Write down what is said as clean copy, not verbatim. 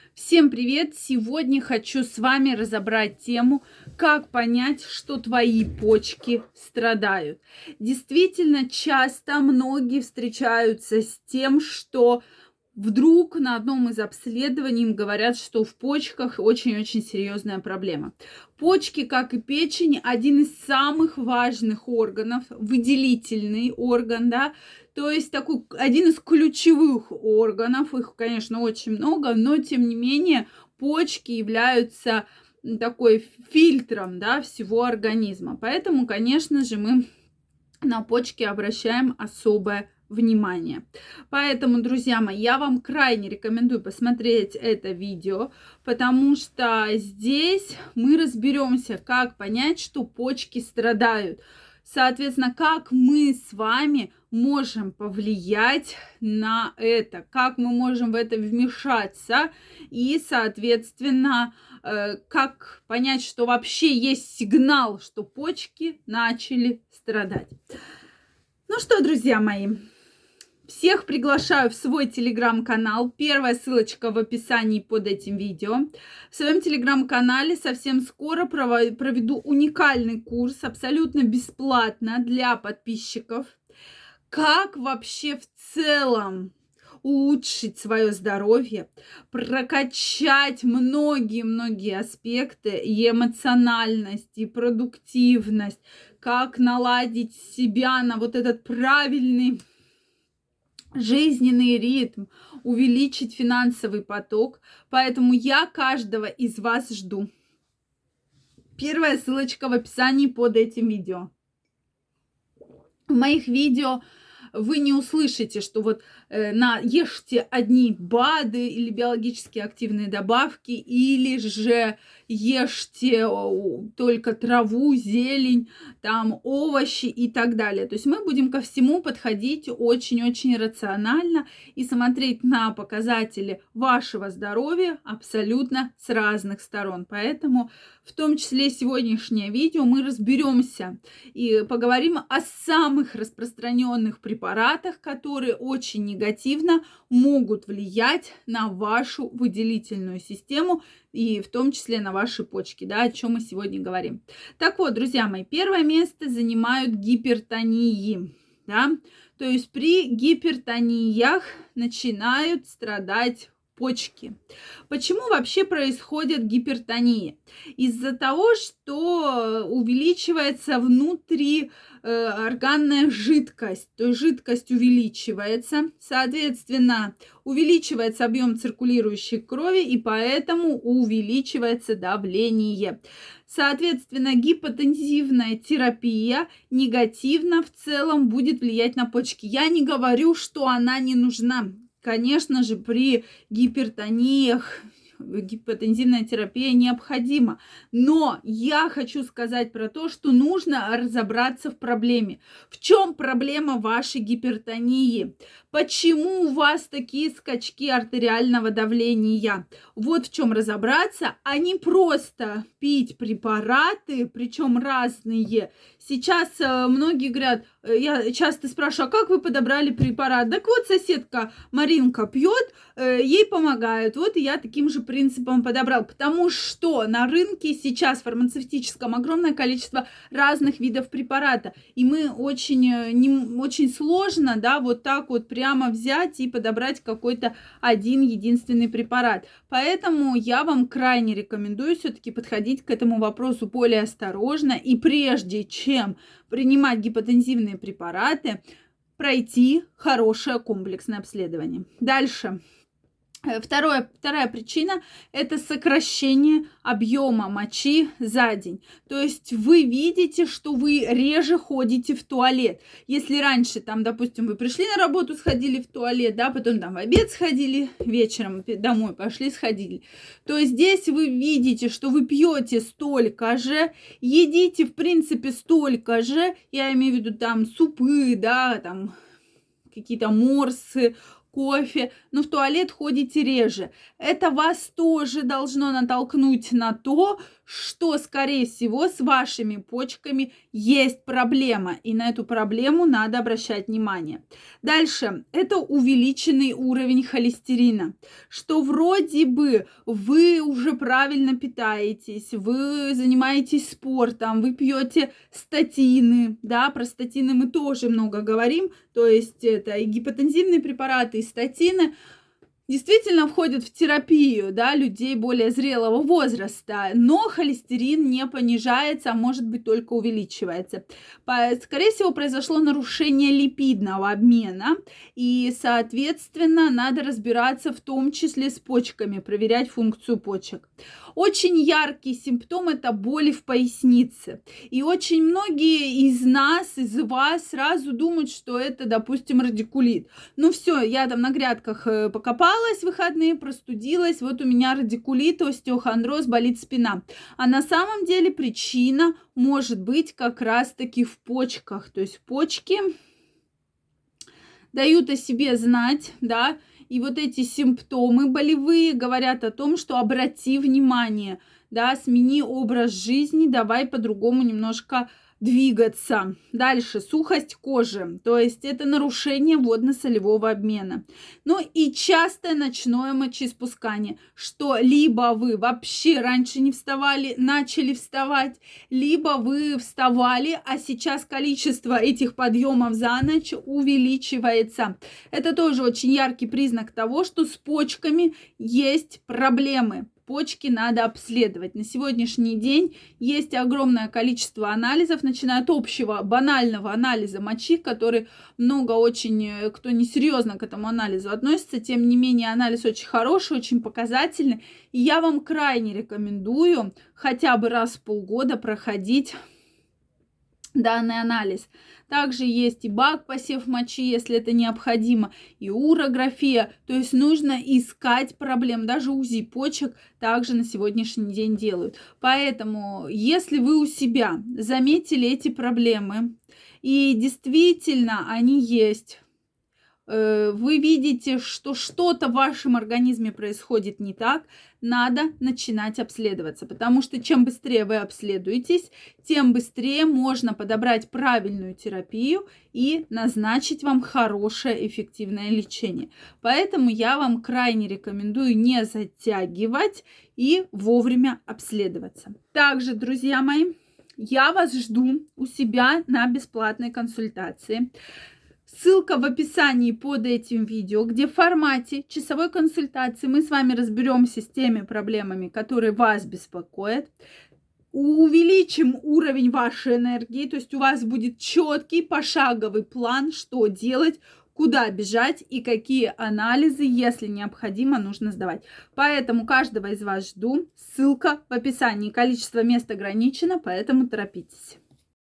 Всем привет! Сегодня хочу с вами разобрать тему, как понять, что твои почки страдают. Действительно, часто многие встречаются с тем, что вдруг на одном из обследований им говорят, что в почках очень-очень серьезная проблема. Почки, как и печень, один из самых важных органов, выделительный орган, да, то есть такой один из ключевых органов, их, конечно, очень много, но тем не менее почки являются такой фильтром, да, всего организма. Поэтому, конечно же, мы на почки обращаем особое внимание. Поэтому, друзья мои, я вам крайне рекомендую посмотреть это видео, потому что здесь мы разберемся, как понять, что почки страдают. Соответственно, как мы с вами можем повлиять на это, как мы можем в это вмешаться и, соответственно, как понять, что вообще есть сигнал, что почки начали страдать. Ну что, друзья мои, всех приглашаю в свой телеграм-канал. Первая ссылочка в описании под этим видео. В своем телеграм-канале совсем скоро проведу уникальный курс, абсолютно бесплатно для подписчиков. Как вообще в целом улучшить свое здоровье, прокачать многие-многие аспекты, и эмоциональность, и продуктивность, как наладить себя на вот этот правильный жизненный ритм, увеличить финансовый поток. Поэтому я каждого из вас жду. Первая ссылочка в описании под этим видео. В моих видео вы не услышите, что вот ешьте одни БАДы или биологически активные добавки, или же ешьте только траву, зелень, там овощи и так далее. То есть мы будем ко всему подходить очень-очень рационально и смотреть на показатели вашего здоровья абсолютно с разных сторон. Поэтому в том числе сегодняшнее видео мы разберемся и поговорим о самых распространенных препаратах, которые очень негативно могут влиять на вашу выделительную систему и в том числе на ваши почки, да, о чем мы сегодня говорим. Так вот, друзья мои, первое место занимают гипертонии, да, то есть при гипертониях начинают страдать почки. Почему вообще происходит гипертония? Из-за того, что увеличивается внутриорганная жидкость, то есть жидкость увеличивается, соответственно, увеличивается объем циркулирующей крови, и поэтому увеличивается давление. Соответственно, гипотензивная терапия негативно в целом будет влиять на почки. Я не говорю, что она не нужна. Конечно же, при гипертониях гипотензивная терапия необходима. Но я хочу сказать про то, что нужно разобраться в проблеме. В чем проблема вашей гипертонии? Почему у вас такие скачки артериального давления? Вот в чем разобраться, а не просто пить препараты, причем разные. Сейчас многие говорят, я часто спрашиваю, а как вы подобрали препарат? Так вот, соседка Маринка пьет, ей помогают. Вот и я таким же принципом подобрал. Потому что на рынке сейчас фармацевтическом огромное количество разных видов препарата. И мы очень сложно, да, вот так вот прямо взять и подобрать какой-то один единственный препарат. Поэтому я вам крайне рекомендую все-таки подходить к этому вопросу более осторожно. И прежде чем принимать гипотензивные препараты, пройти хорошее комплексное обследование. Дальше. Вторая причина – это сокращение объема мочи за день. То есть вы видите, что вы реже ходите в туалет. Если раньше, там, допустим, вы пришли на работу, сходили в туалет, да, потом там в обед сходили, вечером домой пошли, сходили, то здесь вы видите, что вы пьете столько же, едите, в принципе, столько же, я имею в виду там супы, да, там какие-то морсы, кофе, но в туалет ходите реже. Это вас тоже должно натолкнуть на то, что, скорее всего, с вашими почками есть проблема, и на эту проблему надо обращать внимание. Дальше, это увеличенный уровень холестерина, что вроде бы вы уже правильно питаетесь, вы занимаетесь спортом, вы пьете статины, да, про статины мы тоже много говорим, то есть это и гипотензивные препараты, и статины, действительно входят в терапию, да, людей более зрелого возраста, но холестерин не понижается, а может быть только увеличивается. Скорее всего, произошло нарушение липидного обмена, и, соответственно, надо разбираться в том числе с почками, проверять функцию почек. Очень яркий симптом – это боли в пояснице. И очень многие из нас, из вас сразу думают, что это, допустим, радикулит. Ну все, я там на грядках покопалась в выходные, простудилась, вот у меня радикулит, остеохондроз, болит спина. А на самом деле причина может быть как раз-таки в почках. То есть почки дают о себе знать, да, и вот эти симптомы болевые говорят о том, что обрати внимание, да, смени образ жизни, давай по-другому немножко двигаться. Дальше, сухость кожи, то есть это нарушение водно-солевого обмена. Ну и частое ночное мочеиспускание, что либо вы вообще раньше не вставали, начали вставать, либо вы вставали, а сейчас количество этих подъемов за ночь увеличивается. Это тоже очень яркий признак того, что с почками есть проблемы. Почки надо обследовать. На сегодняшний день есть огромное количество анализов, начиная от общего банального анализа мочи, который много очень, кто несерьезно к этому анализу относится, тем не менее анализ очень хороший, очень показательный. И я вам крайне рекомендую хотя бы раз в полгода проходить данный анализ. Также есть и БАК, посев мочи, если это необходимо, и урография. То есть нужно искать проблем. Даже УЗИ почек также на сегодняшний день делают. Поэтому, если вы у себя заметили эти проблемы, и действительно они есть, вы видите, что что-то в вашем организме происходит не так, надо начинать обследоваться, потому что чем быстрее вы обследуетесь, тем быстрее можно подобрать правильную терапию и назначить вам хорошее эффективное лечение. Поэтому я вам крайне рекомендую не затягивать и вовремя обследоваться. Также, друзья мои, я вас жду у себя на бесплатной консультации. Ссылка в описании под этим видео, где в формате часовой консультации мы с вами разберемся с теми проблемами, которые вас беспокоят. Увеличим уровень вашей энергии, то есть у вас будет четкий пошаговый план, что делать, куда бежать и какие анализы, если необходимо, нужно сдавать. Поэтому каждого из вас жду. Ссылка в описании. Количество мест ограничено, поэтому торопитесь.